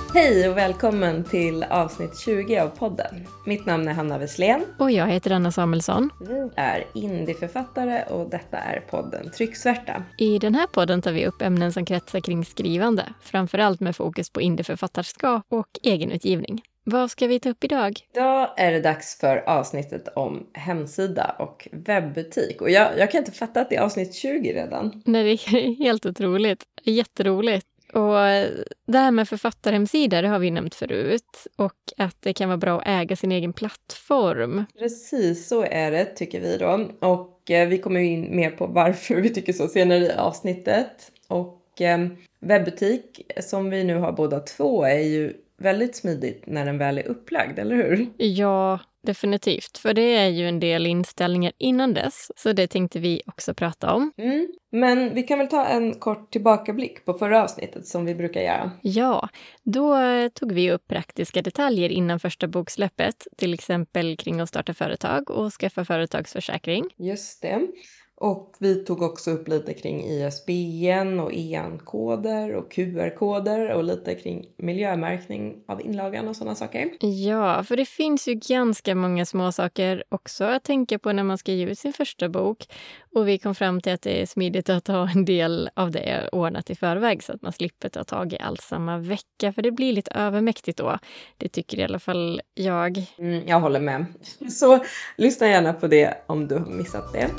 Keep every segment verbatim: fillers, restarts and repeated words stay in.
Hej och välkommen till avsnitt tjugo av podden. Mitt namn är Hanna Wesslén. Och jag heter Anna Samuelsson. Vi är indieförfattare och detta är podden Trycksvärta. I den här podden tar vi upp ämnen som kretsar kring skrivande. Framförallt med fokus på indieförfattarskap och egenutgivning. Vad ska vi ta upp idag? Idag är det dags för avsnittet om hemsida och webbutik. Och jag, jag kan inte fatta att det är avsnitt tjugo redan. Nej, det är helt otroligt. Jätteroligt. Och det här med författarhemsida, det har vi nämnt förut. Och att det kan vara bra att äga sin egen plattform. Precis, så är det tycker vi då. Och eh, vi kommer in mer på varför vi tycker så senare i avsnittet. Och eh, webbutik som vi nu har båda två är ju väldigt smidigt när den väl är upplagd, eller hur? Ja, definitivt. För det är ju en del inställningar innan dess. Så det tänkte vi också prata om. Mm. Men vi kan väl ta en kort tillbakablick på förra avsnittet som vi brukar göra. Ja, då tog vi upp praktiska detaljer innan första boksläppet. Till exempel kring att starta företag och skaffa företagsförsäkring. Just det. Och vi tog också upp lite kring I S B N och E A N-koder och Q R-koder och lite kring miljömärkning av inlagan och sådana saker. Ja, för det finns ju ganska många små saker också att tänka på när man ska ge ut sin första bok. Och vi kom fram till att det är smidigt att ha en del av det ordnat i förväg så att man slipper ta tag i allt samma vecka. För det blir lite övermäktigt då. Det tycker i alla fall jag. Mm, jag håller med. Så lyssna gärna på det om du har missat det.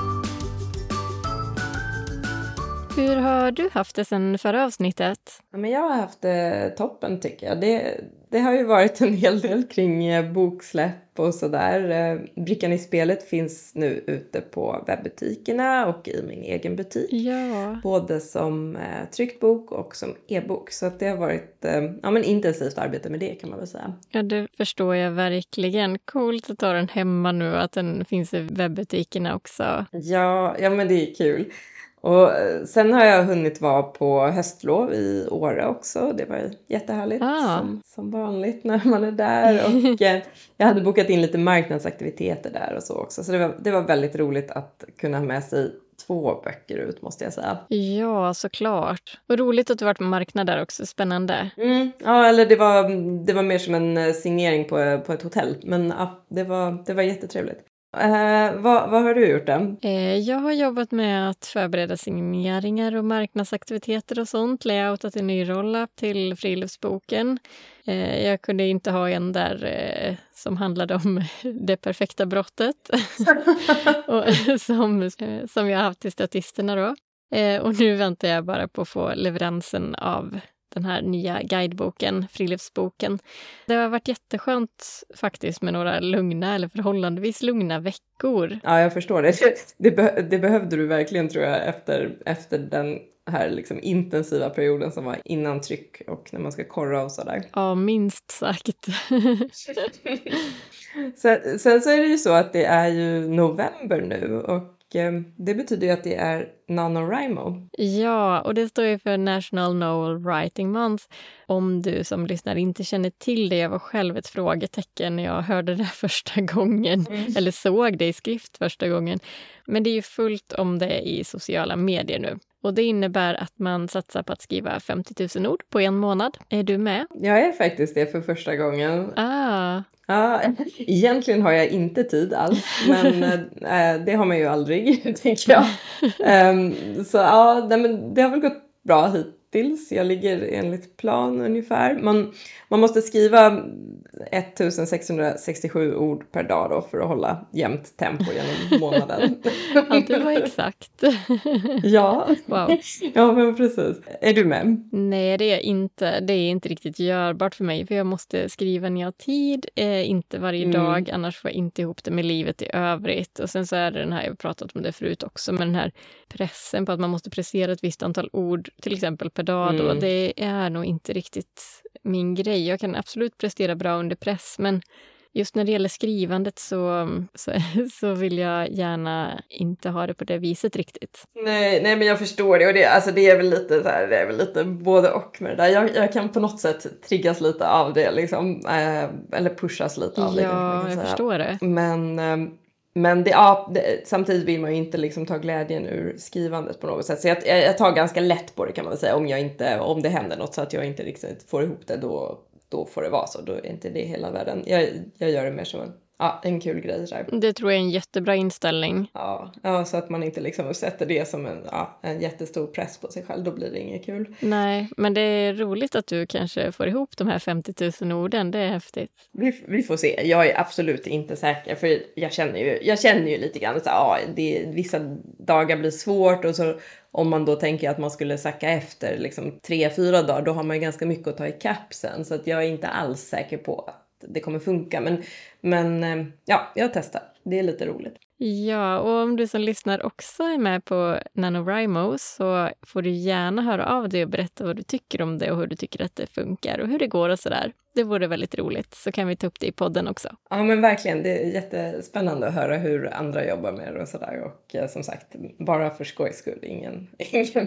Hur har du haft det sedan förra avsnittet? Ja, men jag har haft det toppen tycker jag. Det, det har ju varit en hel del kring boksläpp och sådär. Brickan i spelet finns nu ute på webbutikerna och i min egen butik. Ja. Både som eh, tryckt bok och som e-bok. Så att det har varit eh, ja, men intensivt arbete med det kan man väl säga. Ja, det förstår jag verkligen. Coolt att ta den hemma nu, att den finns i webbutikerna också. Ja, ja men det är kul. Och sen har jag hunnit vara på höstlov i Åre också. Det var jättehärligt ah. som, som vanligt när man är där. Och eh, jag hade bokat in lite marknadsaktiviteter där och så också. Så det var, det var väldigt roligt att kunna ha med sig två böcker ut måste jag säga. Ja, såklart. Och roligt att du varit på marknad där också. Spännande. Mm, ja, eller det var, det var mer som en signering på, på ett hotell. Men ja, det var, det var jättetrevligt. Eh, vad, vad har du gjort då? Eh, jag har jobbat med att förbereda signeringar och marknadsaktiviteter och sånt. Layoutat en ny roll-up till friluftsboken. Eh, jag kunde inte ha en där eh, som handlade om det perfekta brottet. och, som, eh, som jag har haft till statisterna då. Eh, och nu väntar jag bara på att få leveransen av den här nya guideboken, friluftsboken. Det har varit jätteskönt faktiskt med några lugna eller förhållandevis lugna veckor. Ja, jag förstår det. Det, be- det behövde du verkligen tror jag efter, efter den här liksom intensiva perioden som var innan tryck och när man ska korra och sådär. Ja, minst sagt. sen, sen så är det ju så att det är ju november nu och det betyder ju att det är NaNoWriMo. Ja, och det står ju för National Novel Writing Month. Om du som lyssnar inte känner till det, jag var själv ett frågetecken när jag hörde det första gången. Mm. Eller såg det i skrift första gången. Men det är ju fullt om det i sociala medier nu. Och det innebär att man satsar på att skriva femtio tusen ord på en månad. Är du med? Jag är faktiskt det för första gången. Ah. Ja, egentligen har jag inte tid alls, men äh, det har man ju aldrig, tänker jag. Um, så ja, nej, men det har väl gått bra hittills. Jag ligger enligt plan ungefär. Man, man måste skriva sextonhundrasextiosju ord per dag då för att hålla jämnt tempo genom månaden. Ja, det var exakt. Ja. Wow. Ja, men precis. Är du med? Nej, det är inte. Det är inte riktigt görbart för mig. För jag måste skriva när jag har tid. Eh, inte varje mm. dag. Annars får jag inte ihop det med livet i övrigt. Och sen så är det den här, jag har pratat om det förut också. Men den här pressen på att man måste prestera ett visst antal ord. Till exempel per dag då. Mm. Det är nog inte riktigt min grej. Jag kan absolut prestera bra under press. Men just när det gäller skrivandet så, så, så vill jag gärna inte ha det på det viset riktigt. Nej, nej men jag förstår det. Och det, alltså det är väl lite så här, det är väl lite både och med det där. Jag, jag kan på något sätt triggas lite av det liksom. Eh, eller pushas lite av det. Ja, jag säga. förstår det. Men, eh, Men det, ja, det, samtidigt vill man ju inte liksom ta glädjen ur skrivandet på något sätt. Så jag, jag tar ganska lätt på det kan man säga. Om, jag inte, om det händer något så att jag inte riktigt får ihop det, då, då får det vara så. Då är inte det hela världen. Jag, jag gör det mer som en, ja, en kul grej. Där. Det tror jag är en jättebra inställning. Ja, ja, så att man inte liksom sätter det som en, ja, en jättestor press på sig själv. Då blir det inget kul. Nej, men det är roligt att du kanske får ihop de här femtio tusen orden. Det är häftigt. Vi, vi får se. Jag är absolut inte säker. För jag känner ju, jag känner ju lite grann att ja, det, vissa dagar blir svårt. Och så om man då tänker att man skulle sacka efter liksom tre, fyra dagar. Då har man ju ganska mycket att ta i kapsen. Så att jag är inte alls säker på att det kommer funka. Men, men ja, jag testar. Det är lite roligt. Ja, och om du som lyssnar också är med på NaNoWriMo så får du gärna höra av dig och berätta vad du tycker om det och hur du tycker att det funkar och hur det går och sådär. Det vore väldigt roligt, så kan vi ta upp det i podden också. Ja, men verkligen. Det är jättespännande att höra hur andra jobbar med det och sådär. Och eh, som sagt, bara för skojs skull, ingen, ingen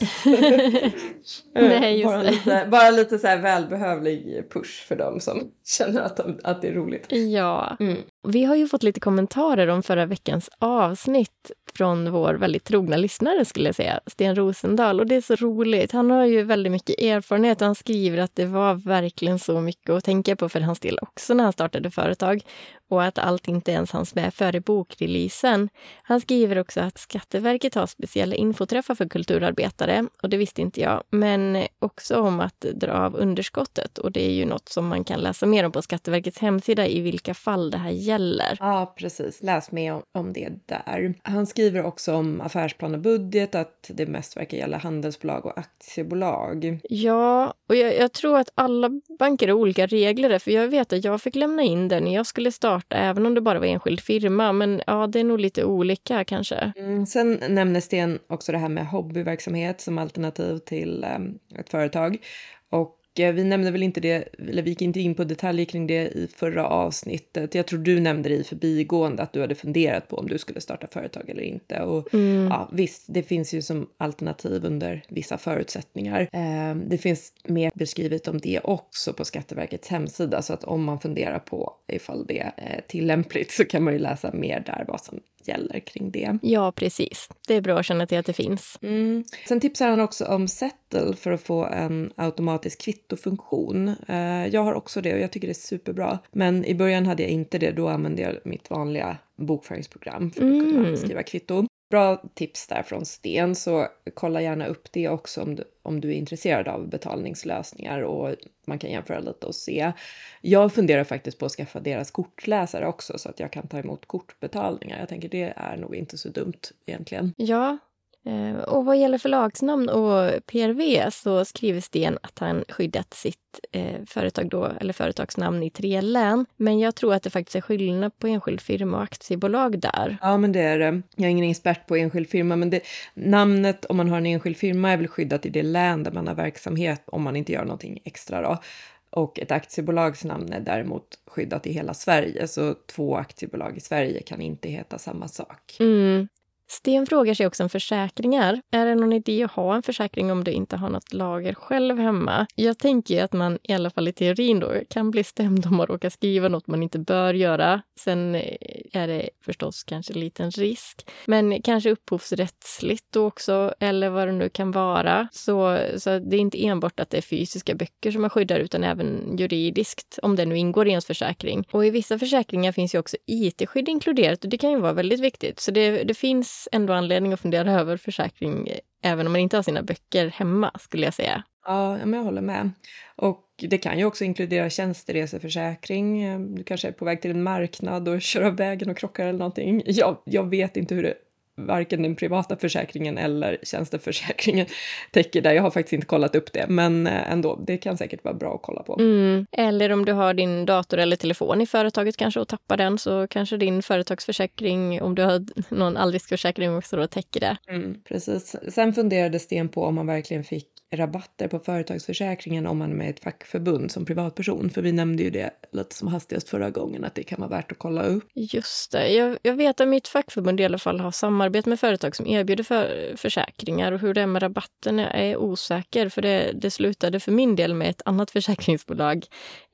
Nej, just bara det. lite, bara lite så här välbehövlig push för dem som känner att, de, att det är roligt. Ja, Mm. Vi har ju fått lite kommentarer om förra veckans avsnitt från vår väldigt trogna lyssnare skulle jag säga, Sten Rosendahl. Och det är så roligt. Han har ju väldigt mycket erfarenhet och han skriver att det var verkligen så mycket att tänka på för hans del också när han startade företag. Och att allt inte ens hanns med före bokreleasen. Han skriver också att Skatteverket har speciella infoträffar för kulturarbetare. Och det visste inte jag. Men också om att dra av underskottet. Och det är ju något som man kan läsa mer om på Skatteverkets hemsida i vilka fall det här gäller. Ja, precis. Läs mer om, om det där. Han skriver också om affärsplan och budget. Att det mest verkar gälla handelsbolag och aktiebolag. Ja, och jag, jag tror att alla banker har olika regler. För jag vet att jag fick lämna in den när jag skulle starta. Även om det bara var enskild firma. Men ja, det är nog lite olika kanske. Mm, sen nämner Sten också det här med hobbyverksamhet som alternativ till um, ett företag. Och eh, vi nämnde väl inte det, eller vi gick inte in på detaljer kring det i förra avsnittet. Jag tror du nämnde det i förbigående att du hade funderat på om du skulle starta företag eller inte. Och Mm. ja, visst, det finns ju som alternativ under vissa förutsättningar. Eh, det finns mer beskrivet om det också på Skatteverkets hemsida. Så att om man funderar på ifall det är tillämpligt så kan man ju läsa mer där vad som gäller kring det. Ja, precis. Det är bra att känna till att det finns. Mm. Sen tipsar han också om Settle för att få en automatisk kvittofunktion. Eh, jag har också det och jag tycker det är superbra. Men i början hade jag inte det. Då använde jag mitt vanliga bokföringsprogram för att Mm. kunna skriva kvitto. Bra tips där från Sten, så kolla gärna upp det också om du, om du är intresserad av betalningslösningar och man kan jämföra lite och se. Jag funderar faktiskt på att skaffa deras kortläsare också så att jag kan ta emot kortbetalningar. Jag tänker det är nog inte så dumt egentligen. Ja, eh, och vad gäller förlagsnamn och P R V så skriver Sten att han skyddat sitt eh, företag då, eller företagsnamn i tre län. Men jag tror att det faktiskt är skillnad på enskild firma och aktiebolag där. Ja, men det är det. Jag är ingen expert på enskild firma, men det, namnet om man har en enskild firma är väl skyddat i det län där man har verksamhet om man inte gör någonting extra då. Och ett aktiebolags namn är däremot skyddat i hela Sverige, så två aktiebolag i Sverige kan inte heta samma sak. Mm. Sten frågar sig också om försäkringar. Är det någon idé att ha en försäkring om du inte har något lager själv hemma? Jag tänker ju att man i alla fall i teorin då kan bli stämd om man råkar skriva något man inte bör göra. Sen är det förstås kanske en liten risk. Men kanske upphovsrättsligt då också, eller vad det nu kan vara. Så, så det är inte enbart att det är fysiska böcker som man skyddar utan även juridiskt om det nu ingår i ens försäkring. Och i vissa försäkringar finns ju också I T-skydd inkluderat och det kan ju vara väldigt viktigt. Så det, det finns ändå anledning att fundera över försäkring även om man inte har sina böcker hemma skulle jag säga. Ja, men jag håller med. Och det kan ju också inkludera tjänstereseförsäkring. Du kanske är på väg till en marknad och kör av vägen och krockar eller någonting. Jag, jag vet inte hur det varken den privata försäkringen eller tjänsteförsäkringen täcker där. Jag har faktiskt inte kollat upp det, men ändå, det kan säkert vara bra att kolla på. Mm. Eller om du har din dator eller telefon i företaget kanske och tappar den så kanske din företagsförsäkring, om du har någon allriskförsäkring också då täcker det. Mm, precis. Sen funderade Sten på om man verkligen fick rabatter på företagsförsäkringen om man är med i ett fackförbund som privatperson. För vi nämnde ju det lite som hastigast förra gången att det kan vara värt att kolla upp. Just det. Jag, jag vet att mitt fackförbund i alla fall har samarbete med företag som erbjuder för, försäkringar och hur det är med rabatten är osäker för det, det slutade för min del med ett annat försäkringsbolag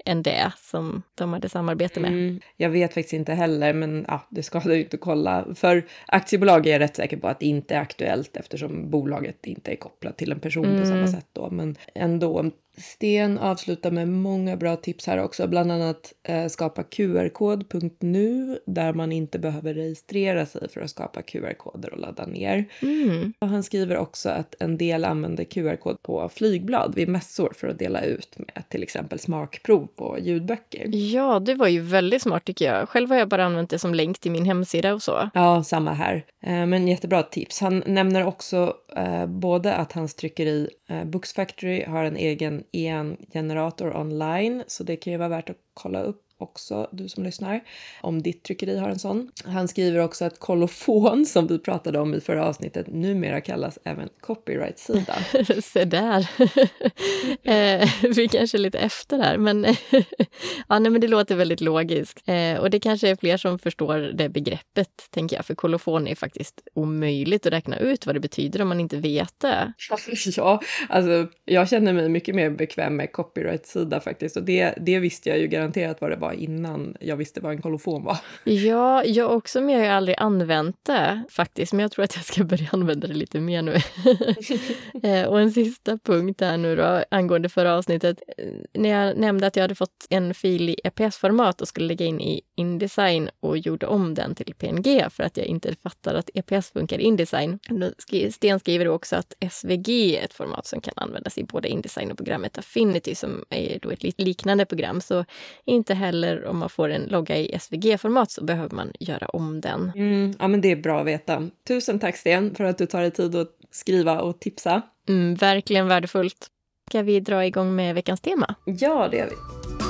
än det som de hade samarbete med. Mm, jag vet faktiskt inte heller, men ja, det ska du inte kolla. För aktiebolag är jag rätt säker på att det inte är aktuellt eftersom bolaget inte är kopplat till en person mm. på samma sätt då. Men ändå. Sten avslutar med många bra tips här också. Bland annat eh, skapa Q R-kod punkt nu där man inte behöver registrera sig för att skapa Q R-koder och ladda ner. Mm. Och han skriver också att en del använder Q R-kod på flygblad vid mässor för att dela ut med till exempel smakprov på ljudböcker. Ja, det var ju väldigt smart tycker jag. Själv har jag bara använt det som länk till min hemsida och så. Ja, samma här. Eh, men jättebra tips. Han nämner också eh, både att hans tryckeri eh, Books Factory har en egen e-generator online, så det kan ju vara värt att kolla upp också, du som lyssnar, om ditt tryckeri har en sån. Han skriver också att kolofon, som vi pratade om i förra avsnittet, numera kallas även copyright-sida. Se där. eh, vi kanske är lite efter här, men, ja, nej, men det låter väldigt logiskt. Eh, och det kanske är fler som förstår det begreppet, tänker jag, för kolofon är faktiskt omöjligt att räkna ut vad det betyder om man inte vet det. Ja, alltså jag känner mig mycket mer bekväm med copyright-sida faktiskt, och det, det visste jag ju garanterat vad det var innan jag visste vad en kolofon var. Ja, jag också, men jag har aldrig använt det faktiskt, men jag tror att jag ska börja använda det lite mer nu. Och en sista punkt här nu då, angående förra avsnittet. När jag nämnde att jag hade fått en fil i E P S-format och skulle lägga in i InDesign och gjorde om den till P N G för att jag inte fattar att E P S funkar i InDesign. Sten skriver också att S V G är ett format som kan användas i både InDesign och programmet Affinity som är då ett liknande program, så inte heller om man får en logga i S V G-format så behöver man göra om den. Mm, ja, men det är bra att veta. Tusen tack Sten för att du tar dig tid att skriva och tipsa. Mm, verkligen värdefullt. Ska vi dra igång med veckans tema? Ja, det gör vi.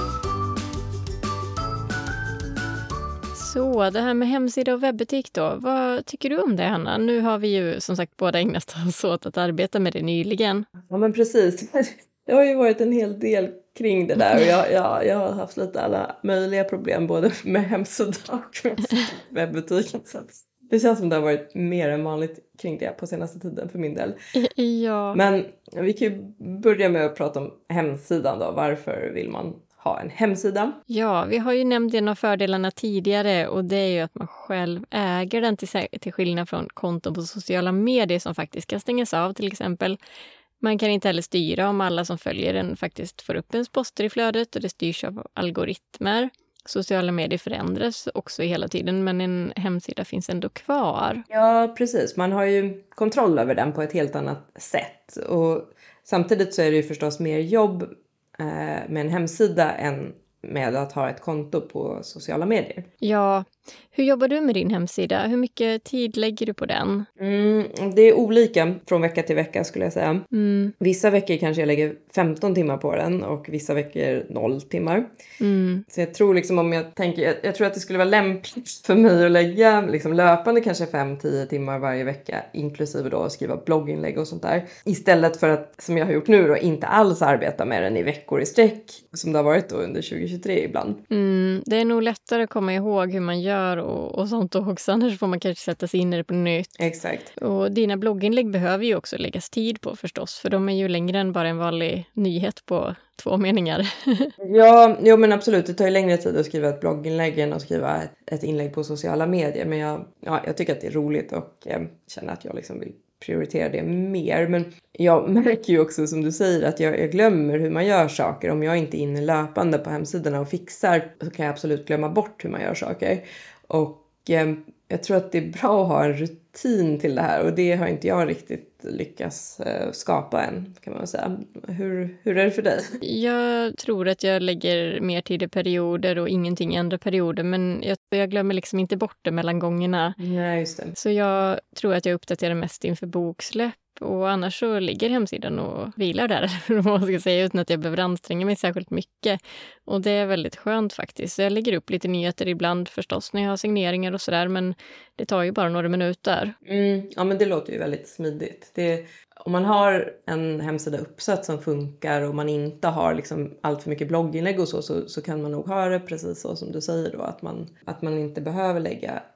Så, det här med hemsida och webbutik då. Vad tycker du om det, Hanna? Nu har vi ju som sagt båda ägnat oss åt att arbeta med det nyligen. Ja, men precis. Det har ju varit en hel del kring det där och jag, jag, jag har haft lite alla möjliga problem både med hemsida och med webbutiken. Så det känns som det har varit mer än vanligt kring det på senaste tiden för min del. Ja. Men vi kan ju börja med att prata om hemsidan då. Varför vill man ha en hemsida? Ja, vi har ju nämnt en av fördelarna tidigare och det är ju att man själv äger den till, till skillnad från konton på sociala medier som faktiskt kan stängas av till exempel. Man kan inte heller styra om alla som följer den faktiskt får upp ens poster i flödet och det styrs av algoritmer. Sociala medier förändras också hela tiden men en hemsida finns ändå kvar. Ja, precis. Man har ju kontroll över den på ett helt annat sätt. Och samtidigt så är det ju förstås mer jobb eh, med en hemsida än med att ha ett konto på sociala medier. Ja, hur jobbar du med din hemsida? Hur mycket tid lägger du på den? Mm, det är olika från vecka till vecka skulle jag säga. Mm. Vissa veckor kanske jag lägger femton timmar på den och vissa veckor noll timmar. Mm. Så jag tror liksom om jag tänker, jag, jag tror att det skulle vara lämpligt för mig att lägga liksom löpande kanske fem till tio timmar varje vecka inklusive då att skriva blogginlägg och sånt där. Istället för att, som jag har gjort nu då, inte alls arbeta med den i veckor i sträck som det har varit då under tjugo tjugotre ibland. Mm, det är nog lättare att komma ihåg hur man gör och, och sånt också, annars får man kanske sätta sig in i det på nytt. Exakt. Och dina blogginlägg behöver ju också läggas tid på förstås, för de är ju längre än bara en vanlig nyhet på två meningar. Ja, jo, men absolut. Det tar ju längre tid att skriva ett blogginlägg än att skriva ett, ett inlägg på sociala medier. Men jag, ja, jag tycker att det är roligt och eh, känner att jag liksom vill prioritera det mer. Men jag märker ju också som du säger att jag, jag glömmer hur man gör saker. Om jag inte är inne löpande på hemsidorna och fixar så kan jag absolut glömma bort hur man gör saker. Och eh, jag tror att det är bra att ha en rutin till det här och det har inte jag riktigt lyckats eh, skapa än, kan man väl säga. Hur, hur är det för dig? Jag tror att jag lägger mer tid i perioder och ingenting i andra perioder, men jag, jag glömmer liksom inte bort det mellan gångerna. Nej, just det. Så jag tror att jag uppdaterar mest inför boksläpp. Och annars så ligger hemsidan och vilar där, vad man ska säga, utan att jag behöver anstränga mig särskilt mycket. Och det är väldigt skönt faktiskt. Så jag lägger upp lite nyheter ibland förstås när jag har signeringar och sådär, men det tar ju bara några minuter. Mm, ja, men det låter ju väldigt smidigt. Det, om man har en hemsida uppsatt som funkar och man inte har liksom allt för mycket blogginlägg och så, så, så kan man nog ha det precis så som du säger då, att man, att man inte behöver lägga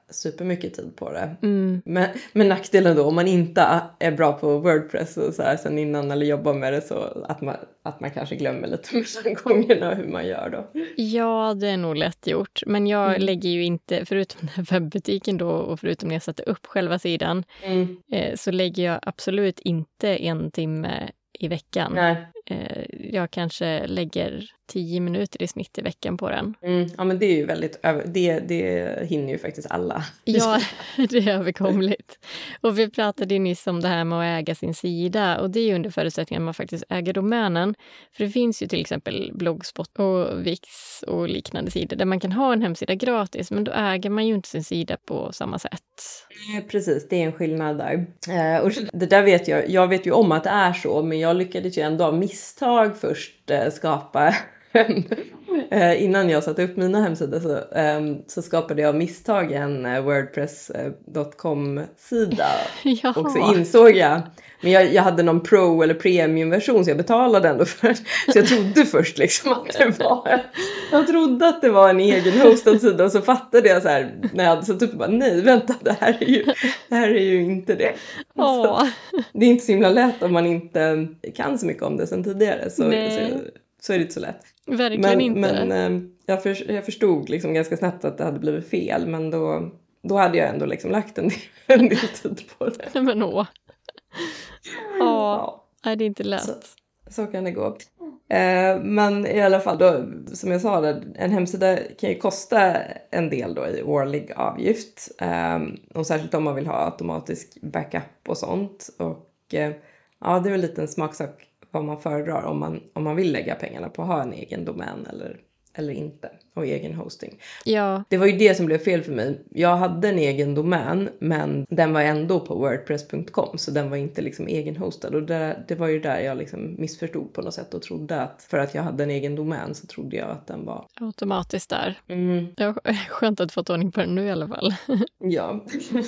supermycket tid på det. Mm. Men, men nackdelen då, om man inte är bra på WordPress och så här sen innan eller jobbar med det, så att man, att man kanske glömmer lite mellan gångerna hur man gör då. Ja, det är nog lätt gjort. Men jag Mm. lägger ju inte, förutom den här webbutiken då och förutom när jag satte upp själva sidan, Mm. eh, så lägger jag absolut inte en timme i veckan. Nej. Eh, jag kanske lägger tio minuter i snitt i veckan på den. Mm. Ja, men det är ju väldigt, över- det, det hinner ju faktiskt alla. Ja, det är överkomligt. Och vi pratade ju nyss om det här med att äga sin sida, och det är ju under förutsättning att man faktiskt äger domänen. För det finns ju till exempel Blogspot och Wix och liknande sidor där man kan ha en hemsida gratis, men då äger man ju inte sin sida på samma sätt. Nej, precis, det är en skillnad där. Eh, och det där vet jag, jag vet ju om att det är så, men jag lyckades ju ändå av misstag först eh, skapa en, eh, innan jag satte upp mina hemsidor så, eh, så skapade jag av misstag en eh, wordpress dot com-sida. Ja. Och så insåg jag, men jag, jag hade någon pro- eller premiumversion så jag betalade ändå för. Så jag trodde först liksom att det var, jag trodde att det var en egen hostad sida, och så fattade jag så här när jag hade satt upp, bara, nej vänta, det här är ju, det här är ju inte det. Åh. Så, det är inte så himla lätt om man inte kan så mycket om det sen tidigare, så, Nej. så, så är det inte så lätt. Verkligen Men, inte. men eh, jag, för, jag förstod liksom ganska snabbt att det hade blivit fel, men då, då hade jag ändå liksom lagt en del, en del tid på det. Nej, men åh. Ja, Ja, nej, det är inte lätt. så, så kan det gå. Eh, men i alla fall då, som jag sa, där, en hemsida kan ju kosta en del då i årlig avgift. Eh, och särskilt om man vill ha automatisk backup och sånt. Och eh, ja, det är väl lite en smaksak vad man föredrar om man, om man vill lägga pengarna på att ha en egen domän eller, eller inte. Och egen hosting. Ja, Det var ju det som blev fel för mig. Jag hade en egen domän, men den var ändå på wordpress punkt com. Så den var inte liksom egenhostad. Och det, det var ju där jag liksom missförstod på något sätt. Och trodde att för att jag hade en egen domän så trodde jag att den var... automatiskt där. Mm, Ja, skönt att få ordning på den nu i alla fall. ja.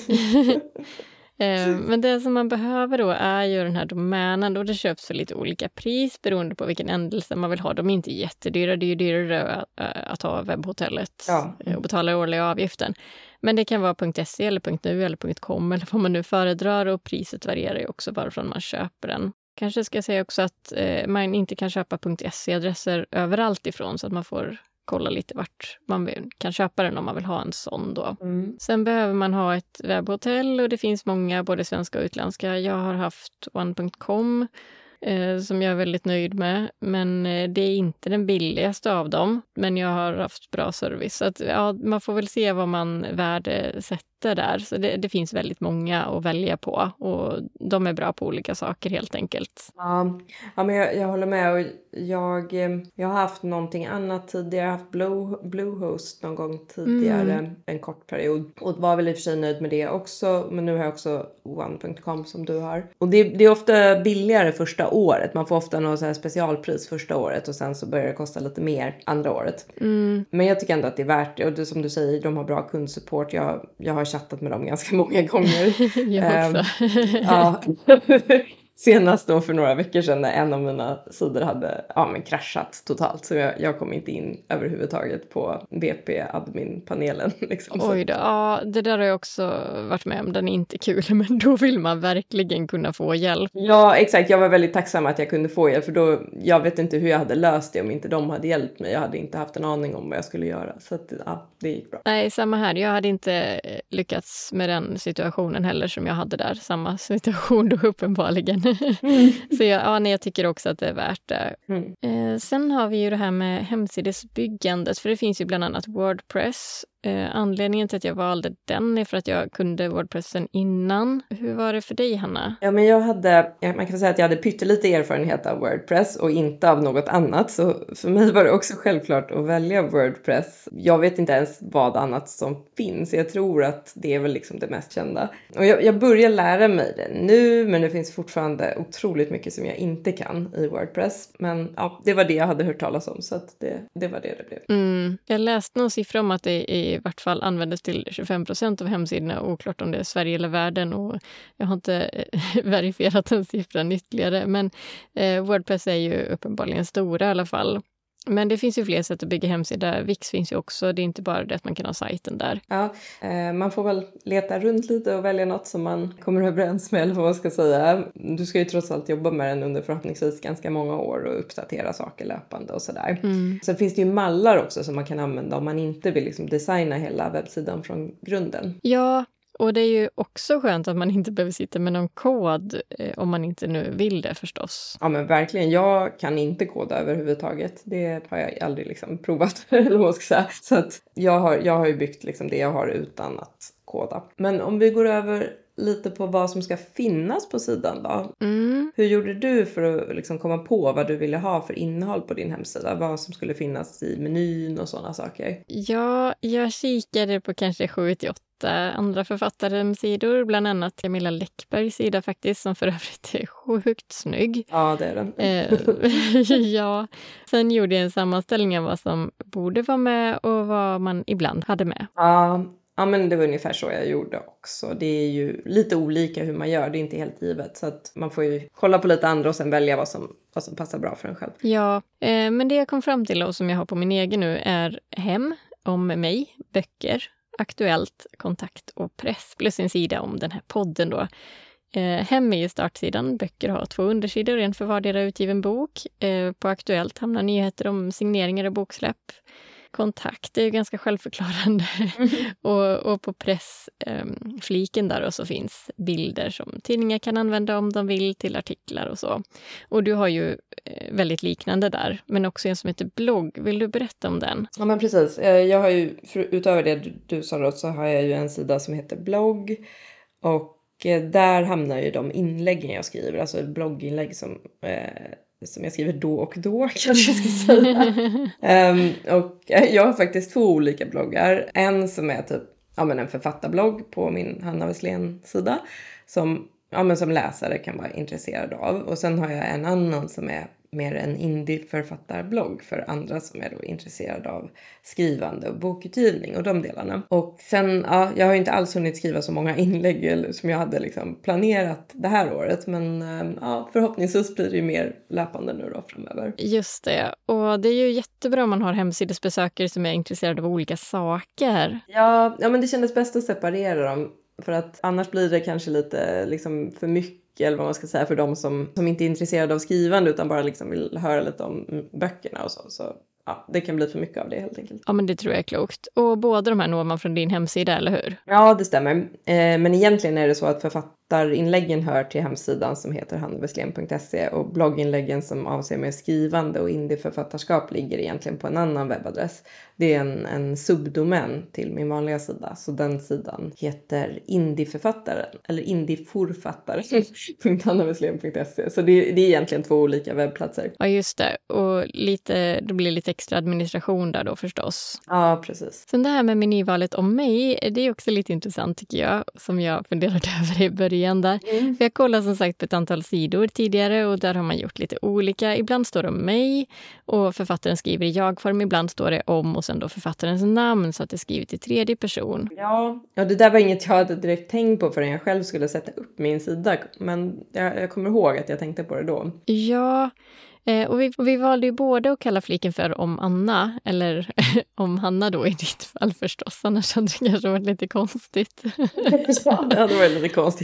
Eh, Men det som man behöver då är ju den här domänen, och det köps för lite olika pris beroende på vilken ändelse man vill ha. De är inte jättedyra, det är ju dyrare att, att ha webbhotellet Ja. eh, och betala årliga avgiften. Men det kan vara .se eller .nu eller .com eller vad man nu föredrar, och priset varierar ju också varifrån man köper den. Kanske ska jag säga också att eh, man inte kan köpa .se-adresser överallt ifrån, så att man får kolla lite vart man vill, kan köpa den om man vill ha en sån då. Mm. Sen behöver man ha ett webbhotell, och det finns många, både svenska och utländska. Jag har haft one punkt com eh, som jag är väldigt nöjd med, men eh, det är inte den billigaste av dem. Men jag har haft bra service. Så att, ja, man får väl se vad man värdesätter där. Så det, det finns väldigt många att välja på, och de är bra på olika saker helt enkelt. Ja, ja men jag, jag håller med. Och jag, eh, jag har haft någonting annat tidigare. Jag har haft Blue, Bluehost någon gång tidigare. Mm. En kort period. Och var väl i och för sig nöjd med det också. Men nu har jag också one punkt com som du har. Och det, det är ofta billigare första året. Man får ofta något så här specialpris första året. Och sen så börjar det kosta lite mer andra året. Mm. Men jag tycker ändå att det är värt det. Och det, som du säger, de har bra kundsupport. Jag, jag har chattat med dem ganska många gånger. Jag också. Ja, senast då för några veckor sedan när en av mina sidor hade ja, men kraschat totalt. Så jag, jag kom inte in överhuvudtaget på V P-admin-panelen. Liksom. Oj då, ja, det där har jag också varit med om. Den är inte kul, men då vill man verkligen kunna få hjälp. Ja, exakt. Jag var väldigt tacksam att jag kunde få hjälp. För då, jag vet inte hur jag hade löst det om inte de hade hjälpt mig. Jag hade inte haft en aning om vad jag skulle göra. Så att, ja, det gick bra. Nej, samma här. Jag hade inte lyckats med den situationen heller som jag hade där. Samma situation då uppenbarligen. Mm. Så jag, ja, nej, jag tycker också att det är värt det. Mm. Eh, sen har vi ju det här med hemsidesbyggandet. För det finns ju bland annat WordPress. Eh, anledningen till att jag valde den är för att jag kunde WordPressen innan. Hur var det för dig, Hanna? Ja, men jag hade, man kan säga att jag hade pyttelite erfarenhet av WordPress och inte av något annat. Så för mig var det också självklart att välja WordPress. Jag vet inte ens vad annat som finns. Jag tror att det är väl liksom det mest kända. Och jag, jag börjar lära mig det nu, men det finns fortfarande otroligt mycket som jag inte kan i WordPress. Men ja, det var det jag hade hört talas om, så att det, det var det det blev. Mm. Jag läste någon siffra om att det i vart fall användes till tjugofem procent av hemsidorna, oklart om det är Sverige eller världen, och jag har inte eh, verifierat den siffran ytterligare, men eh, WordPress är ju uppenbarligen stora i alla fall. Men det finns ju fler sätt att bygga hemsida. Wix finns ju också. Det är inte bara det att man kan ha sajten där. Ja, eh, man får väl leta runt lite och välja något som man kommer överens med, eller vad man ska säga. Du ska ju trots allt jobba med den under förhoppningsvis ganska många år och uppdatera saker löpande och sådär. Mm. Sen finns det ju mallar också som man kan använda om man inte vill liksom designa hela webbsidan från grunden. Ja, och det är ju också skönt att man inte behöver sitta med någon kod eh, om man inte nu vill det förstås. Ja men verkligen, jag kan inte koda överhuvudtaget. Det har jag aldrig liksom provat, eller vad ska jag säga. Så att jag har, jag har ju byggt liksom det jag har utan att koda. Men om vi går över lite på vad som ska finnas på sidan då. Mm. Hur gjorde du för att liksom komma på vad du ville ha för innehåll på din hemsida? Vad som skulle finnas i menyn och sådana saker? Ja, jag kikade på kanske sju till åtta andra författarsidor, bland annat Camilla Läckbergs sida faktiskt, som för övrigt är sjukt snygg. Ja, det är den. Eh, ja, sen gjorde jag en sammanställning av vad som borde vara med och vad man ibland hade med. Ja, ja, men det var ungefär så jag gjorde också. Det är ju lite olika hur man gör, det är inte helt givet. Så att man får ju kolla på lite andra och sen välja vad som, vad som passar bra för en själv. Ja, eh, men det jag kom fram till och som jag har på min egen nu är hem, om mig, böcker, aktuellt, kontakt och press. Plus en sida om den här podden då. Eh, hem är ju startsidan, böcker har två undersidor, en för vardera utgiven bok. Eh, på aktuellt hamnar nyheter om signeringar och boksläpp. Kontakt är ju ganska självförklarande. Mm. och, och på pressfliken eh, där och så finns bilder som tidningar kan använda om de vill till artiklar och så. Och du har ju eh, väldigt liknande där, men också en som heter blogg. Vill du berätta om den? Ja men precis. Jag har ju, för, utöver det du, du sa då, så har jag ju en sida som heter blogg. Och eh, där hamnar ju de inläggen jag skriver, alltså blogginlägg som... Eh, som jag skriver då och då kanske jag ska säga. um, och jag har faktiskt två olika bloggar. En som är typ ja, men en författarblogg på min Hanna Wesslén-sida. Som, ja, men som läsare kan vara intresserad av. Och sen har jag en annan som är mer en indie-författarblogg för andra som är då intresserade av skrivande och bokutgivning och de delarna. Och sen, ja, jag har ju inte alls hunnit skriva så många inlägg som jag hade liksom planerat det här året. Men ja, förhoppningsvis blir det ju mer löpande nu då framöver. Just det, och det är ju jättebra om man har hemsidesbesökare som är intresserade av olika saker. Ja, ja men det kändes bäst att separera dem. För att annars blir det kanske lite liksom för mycket, eller vad man ska säga, för de som, som inte är intresserade av skrivande utan bara liksom vill höra lite om böckerna och så. Så ja, det kan bli för mycket av det helt enkelt. Ja, men det tror jag är klokt. Och båda de här når man från din hemsida, eller hur? Ja, det stämmer. Eh, men egentligen är det så att författarinläggen hör till hemsidan som heter hanna wesslén punkt se och blogginläggen som avser med skrivande och indieförfattarskap ligger egentligen på en annan webbadress. Det är en, en subdomän till min vanliga sida. Så den sidan heter indieförfattaren eller indieforfattaren punkt hanna wesslén punkt se. Så det, det är egentligen två olika webbplatser. Ja, just det. Och lite, det blir lite extra administration där då förstås. Ja, precis. Sen det här med menyvalet om mig, det är också lite intressant tycker jag, som jag funderade över i början där. Mm. För jag kollade som sagt på ett antal sidor tidigare och där har man gjort lite olika. Ibland står det om mig och författaren skriver i jag-form, ibland står det om och sen då författarens namn så att det är skrivet i tredje person. Ja, ja det där var inget jag hade direkt tänkt på förrän jag själv skulle sätta upp min sida. Men jag, jag kommer ihåg att jag tänkte på det då. Ja, eh, och, vi, och vi valde ju både att kalla fliken för om Anna, eller om Hanna då i ditt fall förstås. Annars hade det kanske varit lite konstigt. Ja, det hade varit lite konstigt.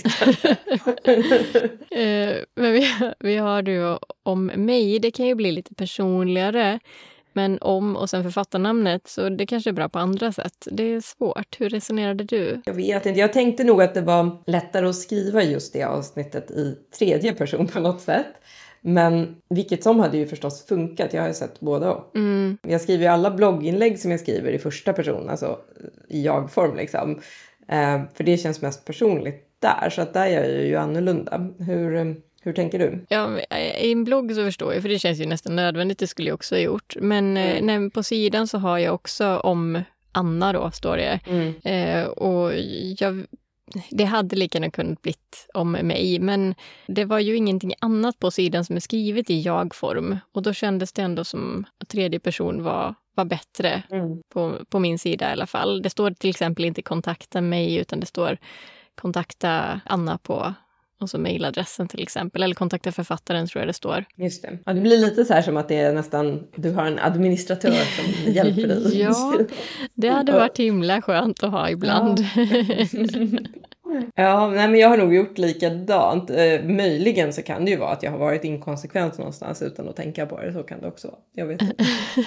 eh, men vi, vi har ju om mig, det kan ju bli lite personligare. Men om och sen författarnamnet, så det kanske är bra på andra sätt. Det är svårt. Hur resonerade du? Jag vet inte. Jag tänkte nog att det var lättare att skriva just det avsnittet i tredje person på något sätt. Men vilket som hade ju förstås funkat. Jag har ju sett båda. Mm. Jag skriver ju alla blogginlägg som jag skriver i första person. Alltså i jag-form liksom. Eh, för det känns mest personligt där. Så att där är jag ju annorlunda. Hur... Hur tänker du? Ja, i en blogg så förstår jag, för det känns ju nästan nödvändigt, det skulle jag också ha gjort. Men mm. när, på sidan så har jag också om Anna då, står det. Mm. Eh, och jag, det hade lika gärna kunnat blivit om mig, men det var ju ingenting annat på sidan som är skrivet i jag-form. Och då kändes det ändå som att tredje person var, var bättre mm. på, på min sida i alla fall. Det står till exempel inte kontakta mig, utan det står kontakta Anna på och så mejladressen till exempel. Eller kontakta författaren tror jag det står. Just det. Ja, det blir lite så här som att det är nästan, du har en administratör som hjälper dig. Ja, det hade varit himla skönt att ha ibland. Ja. Ja, nej, men jag har nog gjort likadant. Eh, möjligen så kan det ju vara att jag har varit inkonsekvent någonstans utan att tänka på det. Så kan det också vara. Jag vet inte.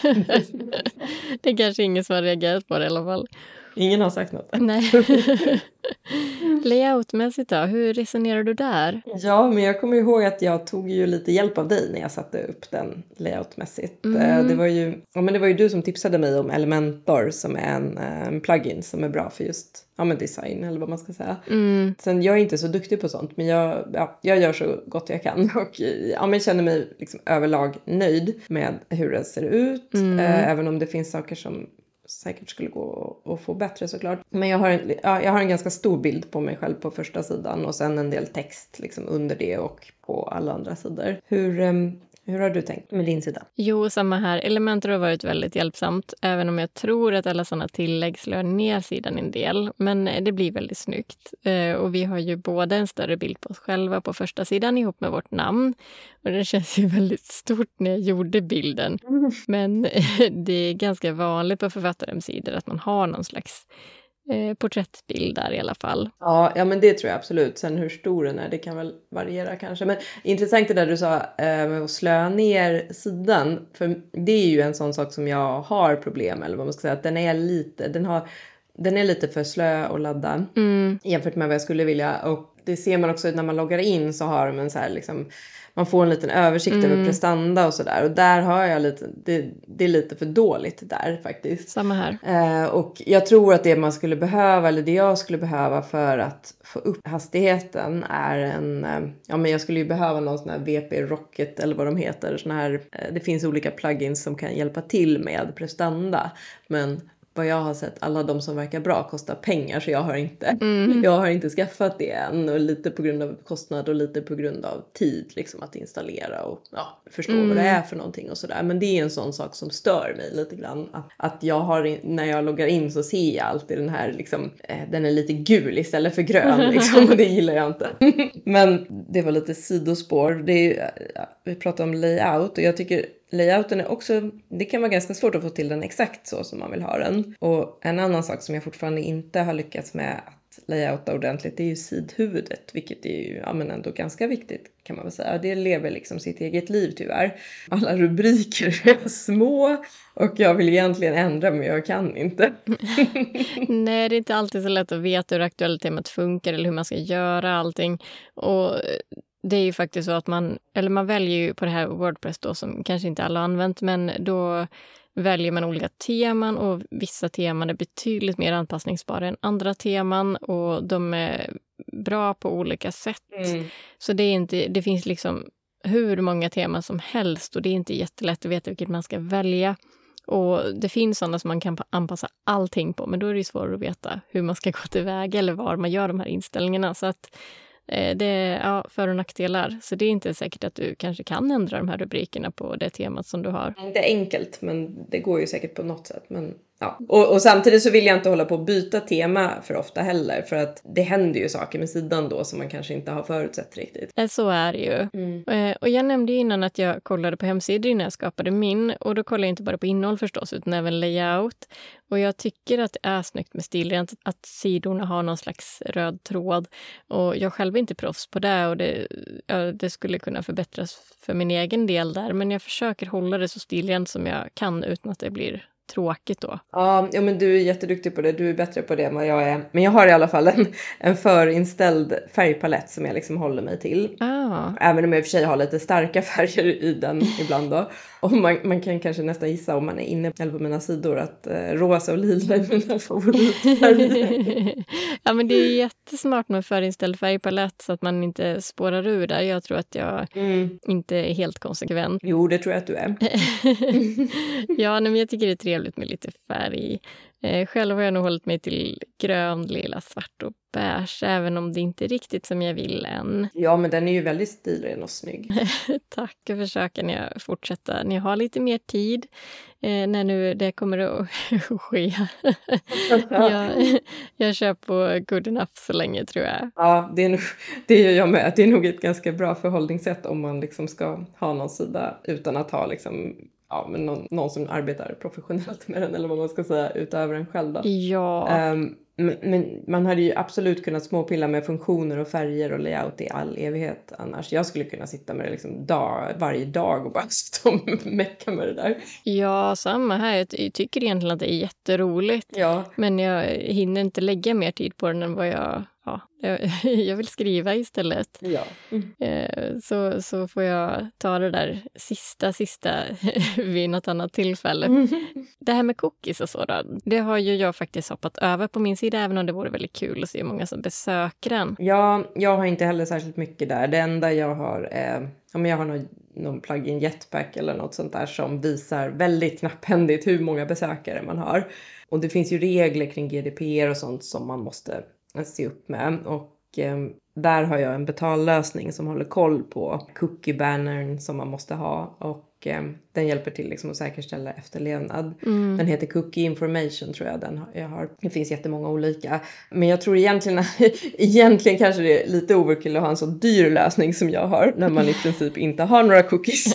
Det är kanske ingen som har reagerat på det i alla fall. Ingen har sagt något. Nej. Layoutmässigt då, hur resonerar du där? Ja, men jag kommer ihåg att jag tog ju lite hjälp av dig när jag satte upp den layoutmässigt. Mm. Det var ju, ja, men det var ju du som tipsade mig om Elementor som är en, en plugin som är bra för just ja, men design eller vad man ska säga. Mm. Sen jag är inte så duktig på sånt, men jag, ja, jag gör så gott jag kan och ja, men känner mig liksom överlag nöjd med hur det ser ut. Mm. Äh, även om det finns saker som säkert skulle gå att få bättre såklart. Men jag har, en, ja, jag har en ganska stor bild på mig själv på första sidan. Och sen en del text liksom under det och på alla andra sidor. Hur, um, hur har du tänkt med din sida? Jo, samma här. Elementor har varit väldigt hjälpsamt. Även om jag tror att alla sådana tillägg slår ner sidan en del. Men det blir väldigt snyggt. Uh, och vi har ju både en större bild på oss själva på första sidan ihop med vårt namn. Och det känns ju väldigt stort när jag gjorde bilden. Mm. Men det är ganska vanligt på författarhemsidor att man har någon slags eh, porträttbild där i alla fall. Ja, ja, men det tror jag absolut. Sen hur stor den är, det kan väl variera kanske. Men intressant det där du sa eh, med att slöa ner sidan. För det är ju en sån sak som jag har problem eller vad man ska säga. Att den är lite, den har... Den är lite för slö att ladda mm. jämfört med vad jag skulle vilja. Och det ser man också när man loggar in så har de en så här liksom... Man får en liten översikt mm. över prestanda och sådär. Och där har jag lite... Det, det är lite för dåligt där faktiskt. Samma här. Eh, och jag tror att det man skulle behöva, eller det jag skulle behöva för att få upp hastigheten är en... Eh, ja, men jag skulle ju behöva någon sån här V P Rocket eller vad de heter. Sån här, eh, det finns olika plugins som kan hjälpa till med prestanda. Men... vad jag har sett, alla de som verkar bra kostar pengar så jag har inte mm. jag har inte skaffat det än och lite på grund av kostnad och lite på grund av tid liksom att installera och ja, förstå mm. vad det är för någonting och sådär. Men det är en sån sak som stör mig lite grann att, att jag har, när jag loggar in så ser jag alltid den här liksom, eh, den är lite gul istället för grön liksom, och det gillar jag inte. Men det var lite sidospår. Det är ju, ja, vi pratar om layout och jag tycker layouten är också, det kan vara ganska svårt att få till den exakt så som man vill ha den. Och en annan sak som jag fortfarande inte har lyckats med att layouta ordentligt, det är ju sidhuvudet. Vilket är ju ja, men ändå ganska viktigt kan man väl säga. Det lever liksom sitt eget liv tyvärr. Alla rubriker är små och jag vill egentligen ändra men jag kan inte. Nej, det är inte alltid så lätt att veta hur aktuellt temat funkar eller hur man ska göra allting. Och... det är ju faktiskt så att man, eller man väljer ju på det här WordPress då som kanske inte alla har använt, men då väljer man olika teman och vissa teman är betydligt mer anpassningsbara än andra teman och de är bra på olika sätt. Mm. Så det är inte, det finns liksom hur många teman som helst och det är inte jättelätt att veta vilket man ska välja. Och det finns sådana som man kan anpassa allting på, men då är det svårt att veta hur man ska gå tillväga eller var man gör de här inställningarna. Så att det är ja, för- och nackdelar. Så det är inte säkert att du kanske kan ändra de här rubrikerna på det temat som du har. Det är enkelt, men det går ju säkert på något sätt. Men, ja. och, och samtidigt så vill jag inte hålla på att byta tema för ofta heller. För att det händer ju saker med sidan då som man kanske inte har förutsett riktigt. Så är det ju. Mm. Och jag nämnde ju innan att jag kollade på hemsidor när jag skapade min. Och då kollar jag inte bara på innehåll förstås, utan även layout. Och jag tycker att det är snyggt med stilrent, att sidorna har någon slags röd tråd. Och jag själv är inte proffs på det och det, ja, det skulle kunna förbättras för min egen del där. Men jag försöker hålla det så stilrent som jag kan utan att det blir tråkigt då. Ja, ja, men du är jätteduktig på det. Du är bättre på det än vad jag är. Men jag har i alla fall en, en förinställd färgpalett som jag liksom håller mig till. Ah. Även om jag i och för sig har lite starka färger i den ibland då. Och man, man kan kanske nästan gissa om man är inne på mina sidor att eh, rosa och lila är mina favoritfärger. Ja, men det är jättesmart med förinställd färgpalett så att man inte spårar ur där. Jag tror att jag mm. inte är helt konsekvent. Jo, det tror jag att du är. Ja, men jag tycker det är trevligt med lite färg. Eh, själv har jag nog hållit mig till grön, lila, svart och beige, även om det inte är riktigt som jag vill än. Ja, men den är ju väldigt stilren och snygg. Tack, och försöker ni fortsätta. Ni har lite mer tid eh, när nu det kommer att ske. jag, jag kör på good enough så länge, tror jag. Ja, det, är nog, det gör jag med. Det är nog ett ganska bra förhållningssätt om man liksom ska ha någon sida utan att ha liksom, ja, men någon, någon som arbetar professionellt med den, eller vad man ska säga, utöver en själv då. Ja. Um, men, men man hade ju absolut kunnat småpilla med funktioner och färger och layout i all evighet annars. Jag skulle kunna sitta med det liksom dag, varje dag och bara stå och mecka med det där. Ja, samma här. Jag tycker egentligen att det är jätteroligt. Ja. Men jag hinner inte lägga mer tid på den än vad jag... Ja, jag, jag vill skriva istället. Ja. Mm. Eh, så, så får jag ta det där sista, sista vid något annat tillfälle. Mm. Det här med cookies och så då, det har ju jag faktiskt hoppat över på min sida, även om det vore väldigt kul att se hur många som besöker den. Ja, jag har inte heller särskilt mycket där. Det enda jag har är... Om jag har någon, någon plugin Jetpack eller något sånt där som visar väldigt knapphändigt hur många besökare man har. Och det finns ju regler kring G D P R och sånt som man måste se upp med. Och eh, där har jag en betallösning som håller koll på cookie-bannern som man måste ha. Och eh, den hjälper till liksom att säkerställa efterlevnad. Mm. Den heter Cookie Information, tror jag den jag har. Det finns jättemånga olika. Men jag tror egentligen, egentligen kanske det är lite overkill att ha en så dyr lösning som jag har. När man i princip inte har några cookies.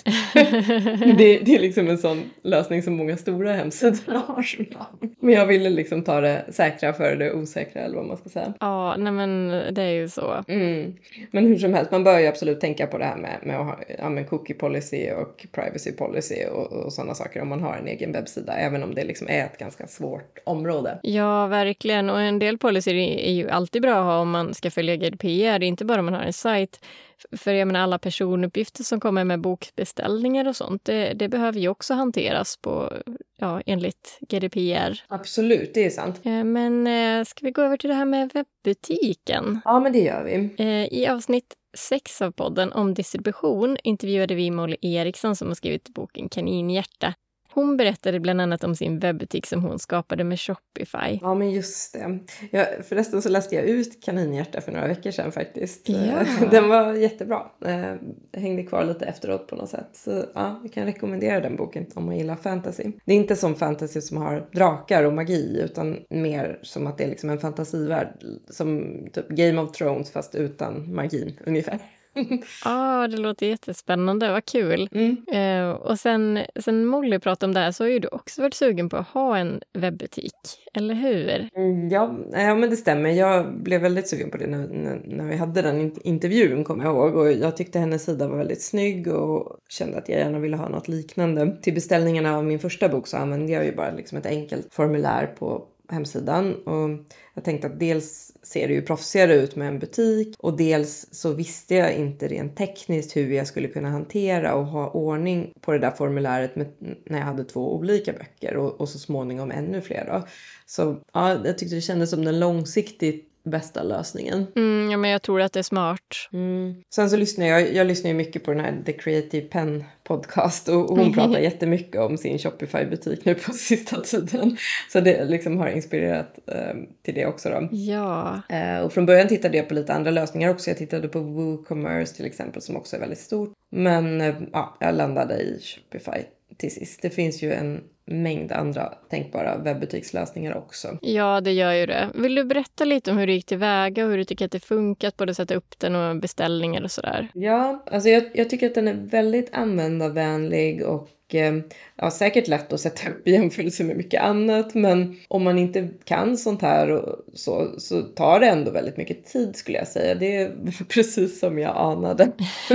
det, det är liksom en sån lösning som många stora hemsidor har. Men jag ville liksom ta det säkra för det osäkra, eller vad man ska säga. Ja, nej men det är ju så. Mm. Men hur som helst, man bör ju absolut tänka på det här med, med att ha ja, med cookie policy och privacy policy och, och sådana saker om man har en egen webbsida, även om det liksom är ett ganska svårt område. Ja, verkligen. Och en del policy är ju alltid bra att ha om man ska följa G D P R, inte bara om man har en sajt. För jag menar, alla personuppgifter som kommer med bokbeställningar och sånt, det, det behöver ju också hanteras på, ja, enligt G D P R. Absolut, det är sant. Men ska vi gå över till det här med webbutiken? Ja, men det gör vi. I avsnitt sex av podden om distribution intervjuade vi Molly Eriksson som har skrivit boken Kaninhjärta. Hon berättade bland annat om sin webbutik som hon skapade med Shopify. Ja, men just det. Jag, förresten så läste jag ut Kaninhjärta för några veckor sedan faktiskt. Ja. Den var jättebra. Jag hängde kvar lite efteråt på något sätt. Så ja, jag kan rekommendera den boken om man gillar fantasy. Det är inte som fantasy som har drakar och magi, utan mer som att det är liksom en fantasivärld. Som typ Game of Thrones fast utan magin ungefär. Ja, ah, det låter jättespännande. Vad kul. Mm. Eh, och sen, sen Molly pratade om det här så har ju du också varit sugen på att ha en webbutik, eller hur? Mm, ja, ja, men det stämmer. Jag blev väldigt sugen på det när, när, när vi hade den intervjun, kommer jag ihåg. Och jag tyckte hennes sida var väldigt snygg och kände att jag gärna ville ha något liknande. Till beställningarna av min första bok så använde jag ju bara liksom ett enkelt formulär på hemsidan, och jag tänkte att dels ser det ju proffsigare ut med en butik, och dels så visste jag inte rent tekniskt hur jag skulle kunna hantera och ha ordning på det där formuläret med, när jag hade två olika böcker och, och så småningom ännu fler då. Så ja, jag tyckte det kändes som den långsiktigt bästa lösningen. Mm, ja, men jag tror att det är smart. Mm. Sen så lyssnar jag, jag lyssnar ju mycket på den här The Creative Pen podcast, och hon pratar jättemycket om sin Shopify-butik nu på sista tiden. Så det liksom har inspirerat eh, till det också då. Ja. Eh, och från början tittade jag på lite andra lösningar också. Jag tittade på WooCommerce till exempel, som också är väldigt stort. Men eh, ja, jag landade i Shopify till sist. Det finns ju en mängd andra tänkbara webbutikslösningar också. Ja, det gör ju det. Vill du berätta lite om hur du gick tillväga och hur du tycker att det funkat, både sätta upp den och beställningar och sådär? Ja, alltså jag, jag tycker att den är väldigt användarvänlig och ja, säkert lätt att sätta upp i jämförelse med mycket annat, men om man inte kan sånt här och så, så tar det ändå väldigt mycket tid, skulle jag säga. Det är precis som jag anade.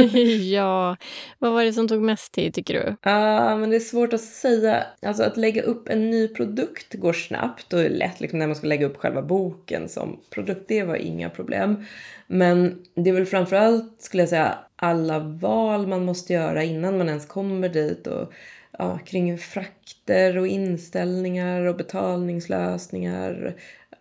Ja, vad var det som tog mest tid, tycker du? Ja, uh, men det är svårt att säga. Alltså att lägga upp en ny produkt går snabbt och är lätt, liksom när man ska lägga upp själva boken som produkt, det var inga problem. Men det är väl framförallt, skulle jag säga, alla val man måste göra innan man ens kommer dit, och ja, kring frakter och inställningar och betalningslösningar.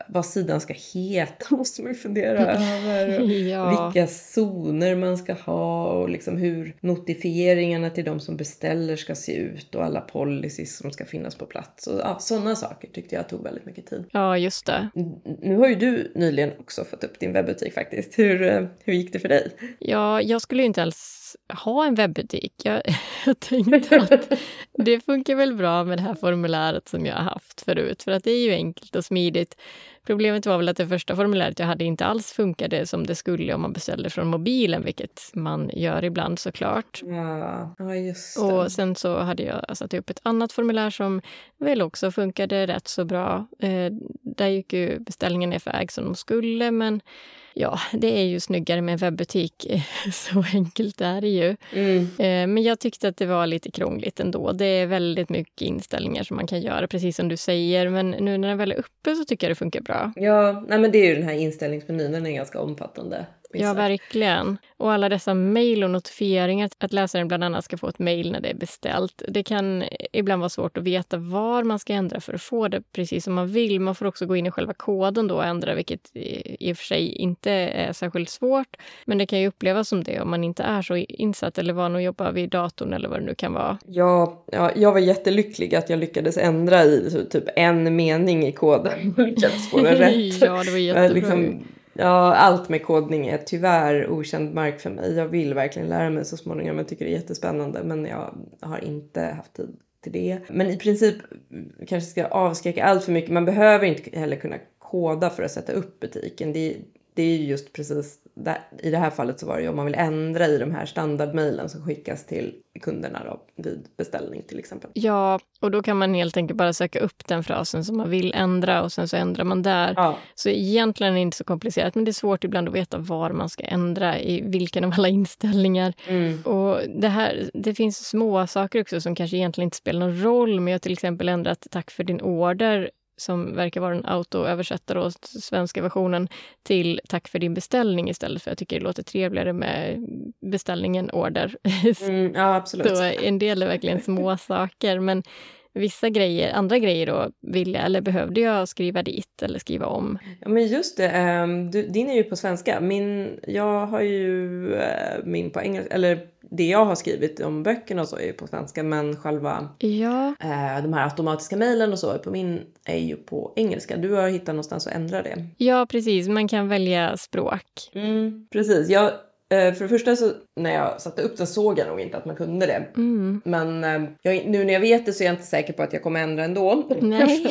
vad sidan ska heta måste man ju fundera över. Ja. Vilka zoner man ska ha och liksom hur notifieringarna till de som beställer ska se ut och alla policies som ska finnas på plats. Och, ja, sådana saker tyckte jag tog väldigt mycket tid. Ja, just det. Nu har ju du nyligen också fått upp din webbutik faktiskt. Hur, hur gick det för dig? Ja, jag skulle ju inte alls ha en webbutik. Jag, jag tänkte att det funkar väl bra med det här formuläret som jag har haft förut. För att det är ju enkelt och smidigt. Problemet var väl att det första formuläret jag hade inte alls funkade som det skulle om man beställde från mobilen, vilket man gör ibland såklart. Ja, ja just det. Och sen så hade jag satt upp ett annat formulär som väl också funkade rätt så bra. Eh, där gick ju beställningen iväg som de skulle, men ja, det är ju snyggare med en webbutik. Så enkelt är det ju. Mm. Eh, men jag tyckte att det var lite krångligt ändå. Det är väldigt mycket inställningar som man kan göra, precis som du säger. Men nu när den väl är uppe så tycker jag det funkar bra. Ja, nej men det är ju den här inställningsmenyn, den är ganska omfattande. Ja, verkligen. Och alla dessa mejl och notifieringar, att läsaren bland annat ska få ett mejl när det är beställt. Det kan ibland vara svårt att veta var man ska ändra för att få det precis som man vill. Man får också gå in i själva koden då och ändra, vilket i och för sig inte är särskilt svårt. Men det kan ju upplevas som det om man inte är så insatt eller van att jobba vid datorn eller vad det nu kan vara. Ja, ja jag var jättelycklig att jag lyckades ändra i typ en mening i koden och lyckades få det rätt. Ja, det var jättebra. liksom, Ja, allt med kodning är tyvärr okänd mark för mig. Jag vill verkligen lära mig så småningom. Jag tycker det är jättespännande, men jag har inte haft tid till det. Men i princip kanske ska avskräcka allt för mycket. Man behöver inte heller kunna koda för att sätta upp butiken. Det, det är just precis där, i det här fallet så var det ju om man vill ändra i de här standardmejlen som skickas till kunderna då, vid beställning till exempel. Ja, och då kan man helt enkelt bara söka upp den frasen som man vill ändra och sen så ändrar man där. Ja. Så egentligen är det inte så komplicerat, men det är svårt ibland att veta var man ska ändra i vilken av alla inställningar. Mm. Och det här, det finns små saker också som kanske egentligen inte spelar någon roll, men jag har till exempel ändrat tack för din order som verkar vara en autoöversättare och svenska versionen till tack för din beställning istället, för jag tycker det låter trevligare med beställningen order. Mm, ja, absolut. Så en del är verkligen små saker, men vissa grejer, andra grejer då vill jag, eller behövde jag skriva dit eller skriva om? Ja, men just det, du, din är ju på svenska. Min, jag har ju min på engelska, eller det jag har skrivit om böckerna och så är ju på svenska, men själva ja. de här automatiska mejlen och så på min är ju på engelska. Du har hittat någonstans att ändra det. Ja, precis. Man kan välja språk. Mm, precis. Jag För det första så när jag satte upp den såg jag nog inte att man kunde det. Mm. Men jag, nu när jag vet det så är jag inte säker på att jag kommer ändra ändå. Nej.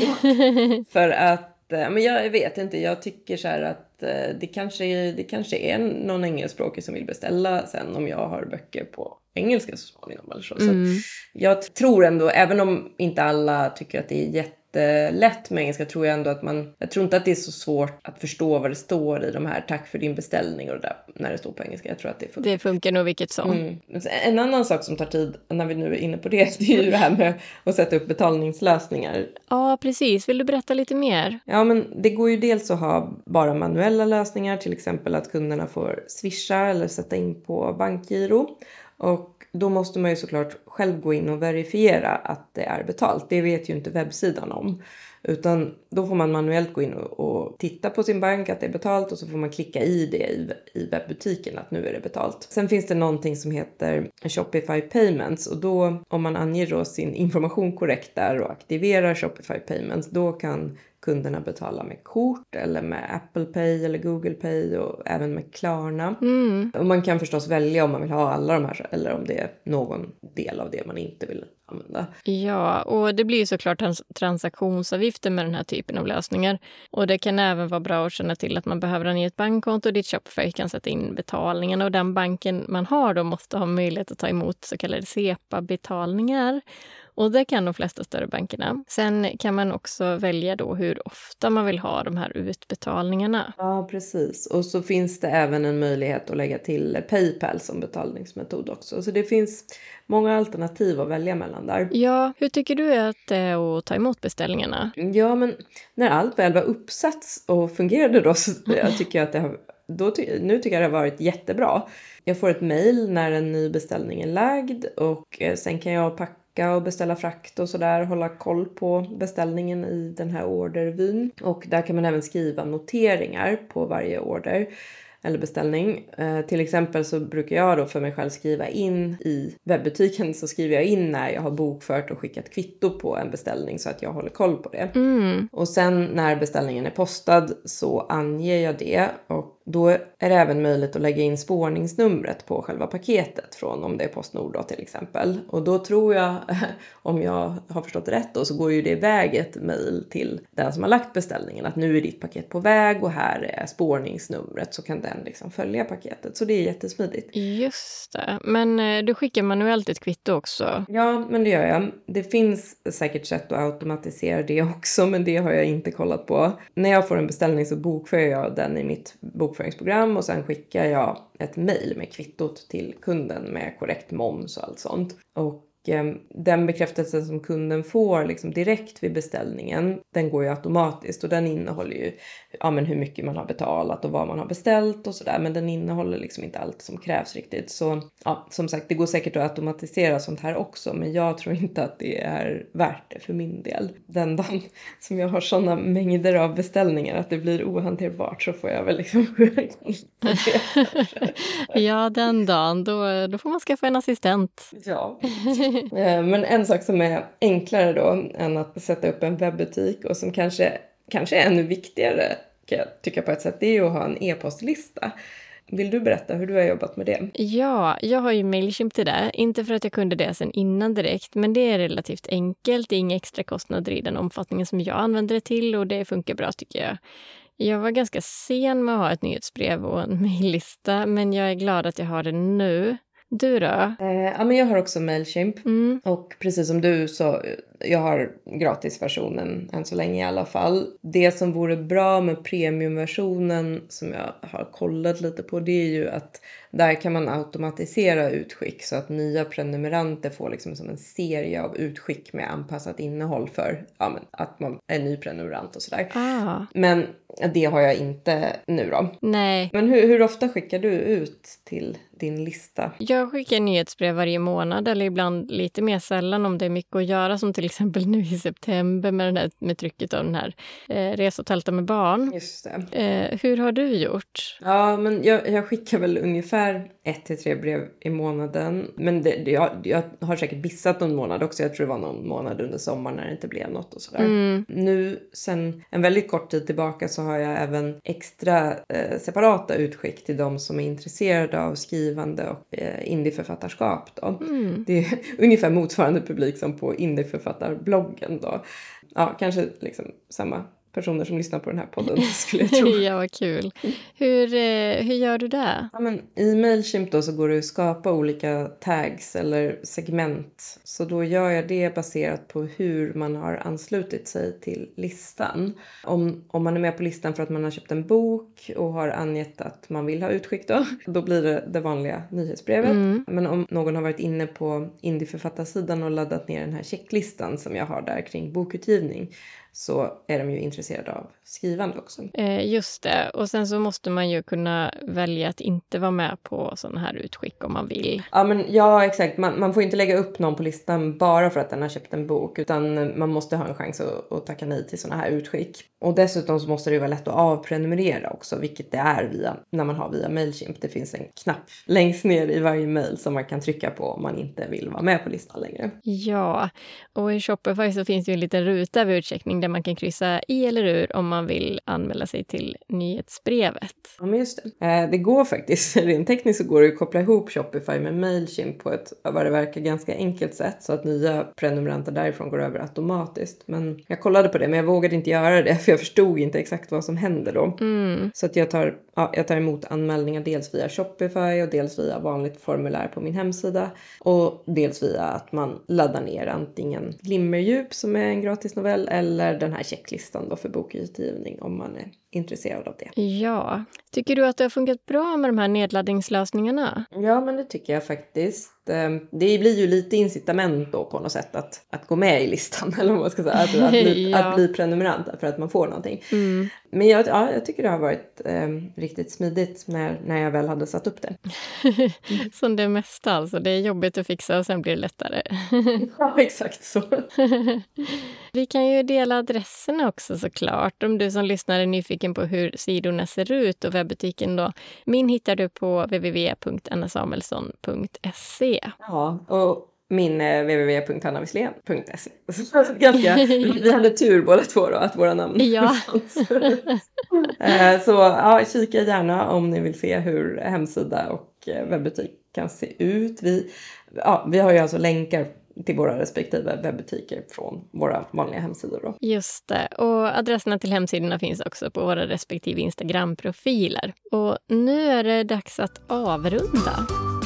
För att, men jag vet inte, jag tycker så här att det kanske, det kanske är någon engelskspråkig som vill beställa sen om jag har böcker på engelska så småningom. Eller så. Mm. Så jag tror ändå, även om inte alla tycker att det är jätte lätt med engelska, tror jag ändå att man, jag tror inte att det är så svårt att förstå vad det står i de här tack för din beställning och det där när det står på engelska. Jag tror att det funkar. Det funkar nog vilket som. Mm. En annan sak som tar tid när vi nu är inne på det, det är ju det här med att sätta upp betalningslösningar. Ja, precis. Vill du berätta lite mer? Ja, men det går ju dels att ha bara manuella lösningar, till exempel att kunderna får swisha eller sätta in på bankgiro. Och då måste man ju såklart själv gå in och verifiera att det är betalt. Det vet ju inte webbsidan om. Utan då får man manuellt gå in och, och titta på sin bank att det är betalt. Och så får man klicka i det i, i webbutiken att nu är det betalt. Sen finns det någonting som heter Shopify Payments. Och då om man anger då sin information korrekt där och aktiverar Shopify Payments, då kan kunderna betala med kort eller med Apple Pay eller Google Pay och även med Klarna. Mm. Och man kan förstås välja om man vill ha alla de här eller om det är någon del av det man inte vill använda. Ja, och det blir ju såklart trans- transaktionsavgifter med den här typen av lösningar. Och det kan även vara bra att känna till att man behöver ange ett bankkonto dit Shopify kan sätta in betalningen. Och den banken man har då måste ha möjlighet att ta emot så kallade SEPA-betalningar. Och det kan de flesta större bankerna. Sen kan man också välja då hur ofta man vill ha de här utbetalningarna. Ja, precis. Och så finns det även en möjlighet att lägga till PayPal som betalningsmetod också. Så det finns många alternativ att välja mellan där. Ja, hur tycker du att det är att ta emot beställningarna? Ja, men när allt väl var uppsatt och fungerade då så jag tycker jag att det har, då ty- nu tycker jag det har varit jättebra. Jag får ett mejl när en ny beställning är lagd och sen kan jag packa tracka och beställa frakt och sådär. Hålla koll på beställningen i den här ordervyn. Och där kan man även skriva noteringar på varje order eller beställning. Eh, till exempel så brukar jag då för mig själv skriva in i webbutiken, så skriver jag in när jag har bokfört och skickat kvitto på en beställning så att jag håller koll på det. Mm. Och sen när beställningen är postad så anger jag det, och då är det även möjligt att lägga in spårningsnumret på själva paketet från om det är Postnord då till exempel. Och då tror jag, om jag har förstått rätt då, så går ju det iväg ett mejl till den som har lagt beställningen att nu är ditt paket på väg och här är spårningsnumret, så kan den liksom följa paketet. Så det är jättesmidigt. Just det. Men eh, du skickar manuellt ett kvitto också? Ja, men det gör jag. Det finns säkert sätt att automatisera det också, men det har jag inte kollat på. När jag får en beställning så bokför jag den i mitt bokföringsprogram och sen skickar jag ett mejl med kvittot till kunden med korrekt moms och allt sånt. Och den bekräftelse som kunden får liksom direkt vid beställningen, den går ju automatiskt, och den innehåller ju ja, men hur mycket man har betalat och vad man har beställt och sådär, men den innehåller liksom inte allt som krävs riktigt. Så ja, som sagt, det går säkert att automatisera sånt här också, men jag tror inte att det är värt det för min del. Den dagen som jag har sådana mängder av beställningar att det blir ohanterbart, så får jag väl liksom ja, den dagen, då, då får man skaffa en assistent. Ja. Men en sak som är enklare då än att sätta upp en webbutik, och som kanske, kanske är ännu viktigare kan jag tycka på ett sätt, det är ju att ha en e-postlista. Vill du berätta hur du har jobbat med det? Ja, jag har ju Mailchimp till det. Inte för att jag kunde det sen innan direkt, men det är relativt enkelt. Det är inga extra kostnader i den omfattningen som jag använder det till, och det funkar bra tycker jag. Jag var ganska sen med att ha ett nyhetsbrev och en mejllista, men jag är glad att jag har det nu. Du då? Eh, ja, men jag har också Mailchimp. Mm. Och precis som du så, jag har gratisversionen än så länge i alla fall. Det som vore bra med premiumversionen som jag har kollat lite på, det är ju att där kan man automatisera utskick så att nya prenumeranter får liksom som en serie av utskick med anpassat innehåll för ja, men att man är ny prenumerant och sådär. Ah. Men det har jag inte nu då. Nej. Men hur, hur ofta skickar du ut till din lista? Jag skickar nyhetsbrev varje månad, eller ibland lite mer sällan om det är mycket att göra, som till exempel nu i september med, den här, med trycket av den här eh, Resa och tälta med barn. Just det. Eh, hur har du gjort? Ja, men jag, jag skickar väl ungefär ett till tre brev i månaden. Men det, det, jag, jag har säkert missat någon månad också. Jag tror det var någon månad under sommaren när det inte blev något och sådär. Mm. Nu sen en väldigt kort tid tillbaka så har jag även extra eh, separata utskick till de som är intresserade av skrivande och eh, indieförfattarskap då. Mm. Det är ungefär motsvarande publik som på indieförfattarbloggen då. Ja, kanske liksom samma personer som lyssnar på den här podden skulle jag tro. Ja, vad kul. Hur, eh, hur gör du det? Ja, men i Mailchimp då så går det att skapa olika tags eller segment. Så då gör jag det baserat på hur man har anslutit sig till listan. Om, om man är med på listan för att man har köpt en bok och har angett att man vill ha utskick då, då blir det det vanliga nyhetsbrevet. Mm. Men om någon har varit inne på indieförfattarsidan och laddat ner den här checklistan som jag har där kring bokutgivning, så är de ju intresserade av skrivande också. Eh, just det. Och sen så måste man ju kunna välja att inte vara med på sådana här utskick om man vill. Ja, men ja, exakt. Man, man får inte lägga upp någon på listan bara för att den har köpt en bok. Utan man måste ha en chans att, att tacka nej till sådana här utskick. Och dessutom så måste det vara lätt att avprenumerera också. Vilket det är via, när man har via Mailchimp. Det finns en knapp längst ner i varje mail som man kan trycka på om man inte vill vara med på listan längre. Ja, och i Shopify så finns ju en liten ruta vid utcheckning där man kan kryssa i eller ur om man vill anmäla sig till nyhetsbrevet. Ja, men just det. Eh, det går faktiskt, rent tekniskt så går det att koppla ihop Shopify med Mailchimp på ett, vad det verkar, ganska enkelt sätt. Så att nya prenumeranter därifrån går över automatiskt. Men jag kollade på det, men jag vågade inte göra det för jag förstod inte exakt vad som hände då. Mm. Så att jag tar, ja, jag tar emot anmälningar dels via Shopify och dels via vanligt formulär på min hemsida. Och dels via att man laddar ner antingen Glimmerdjup som är en gratis novell eller den här checklistan då för bokutgivning om man är intresserad av det. Ja. Tycker du att det har funkat bra med de här nedladdningslösningarna? Ja, men det tycker jag faktiskt. Det blir ju lite incitament då på något sätt att, att gå med i listan. Eller vad man ska säga. Att, att, bli, ja. att bli prenumerant för att man får någonting. Mm. Men jag, ja, jag tycker det har varit eh, riktigt smidigt när, när jag väl hade satt upp det. Som det mesta alltså. Det är jobbigt att fixa och sen blir det lättare. Ja, exakt så. Vi kan ju dela adresserna också såklart. Om du som lyssnar är nyfiken på hur sidorna ser ut och webbutiken då. Min hittar du på w w w punkt anna samuelsson punkt se. Ja, och min är w w w punkt hanna wisslén punkt se. Ganska, vi hade tur båda två då, att våra namn ja. Så ja, kika gärna om ni vill se hur hemsida och webbutik kan se ut. Vi, ja, vi har ju alltså länkar till våra respektive webbutiker från våra vanliga hemsidor då. Just det, och adresserna till hemsidorna finns också på våra respektive Instagram-profiler. Och nu är det dags att avrunda.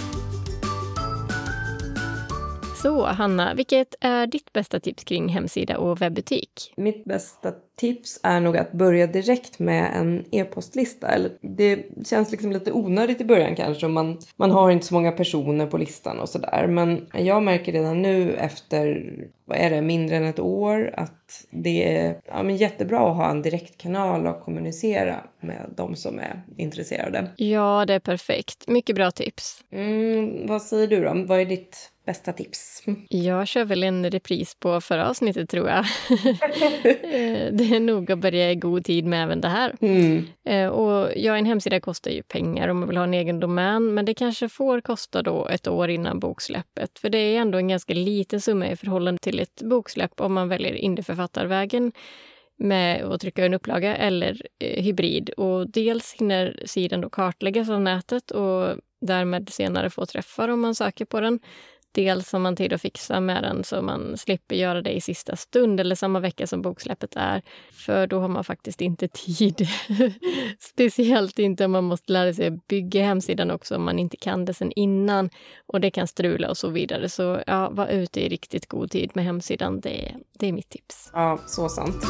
Så Hanna, vilket är ditt bästa tips kring hemsida och webbutik? Mitt bästa tips är nog att börja direkt med en e-postlista. Eller det känns liksom lite onödigt i början kanske. Man, man har inte så många personer på listan och sådär. Men jag märker redan nu efter, vad är det, mindre än ett år att det är ja, men jättebra att ha en direktkanal och kommunicera med de som är intresserade. Ja, det är perfekt. Mycket bra tips. Mm, vad säger du då? Vad är ditt bästa tips? Jag kör väl en repris på förra avsnittet tror jag. Det är nog att börja i god tid med även det här. Mm. Och ja, en hemsida kostar ju pengar om man vill ha en egen domän. Men det kanske får kosta då ett år innan boksläppet. För det är ändå en ganska liten summa i förhållande till ett boksläpp om man väljer indieförfattarvägen med att trycka en upplaga eller eh, hybrid. Och dels hinner sidan då kartläggas av nätet och därmed senare få träffar om man söker på den. Dels har man tid att fixa med den så man slipper göra det i sista stund eller samma vecka som boksläppet är. För då har man faktiskt inte tid. Speciellt inte om man måste lära sig att bygga hemsidan också om man inte kan det sen innan. Och det kan strula och så vidare. Så ja, var ute i riktigt god tid med hemsidan. Det, det är mitt tips. Ja, så sant.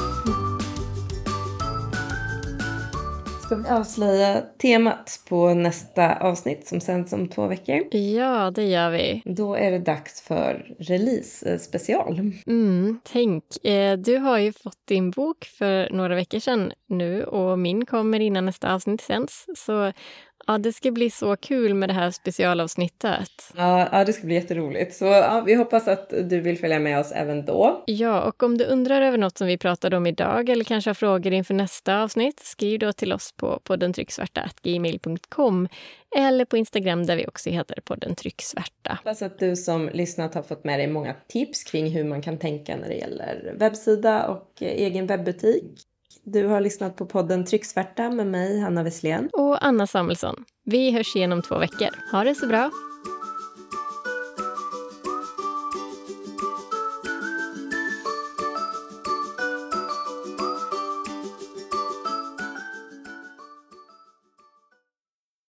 Ska vi avslöja temat på nästa avsnitt som sänds om två veckor? Ja, det gör vi. Då är det dags för release special. Mm, tänk, eh, du har ju fått din bok för några veckor sedan nu och min kommer innan nästa avsnitt sänds. Så ja, det ska bli så kul med det här specialavsnittet. Ja, ja det ska bli jätteroligt. Så ja, vi hoppas att du vill följa med oss även då. Ja, och om du undrar över något som vi pratade om idag eller kanske har frågor inför nästa avsnitt, skriv då till oss på podden trycksvärta at gmail punkt com eller på Instagram där vi också heter podden trycksvärta. Hoppas att du som lyssnat har fått med dig många tips kring hur man kan tänka när det gäller webbsida och egen webbutik. Du har lyssnat på podden Trycksvärta med mig, Hanna Wisslén. Och Anna Samuelsson. Vi hörs igen om två veckor. Ha det så bra!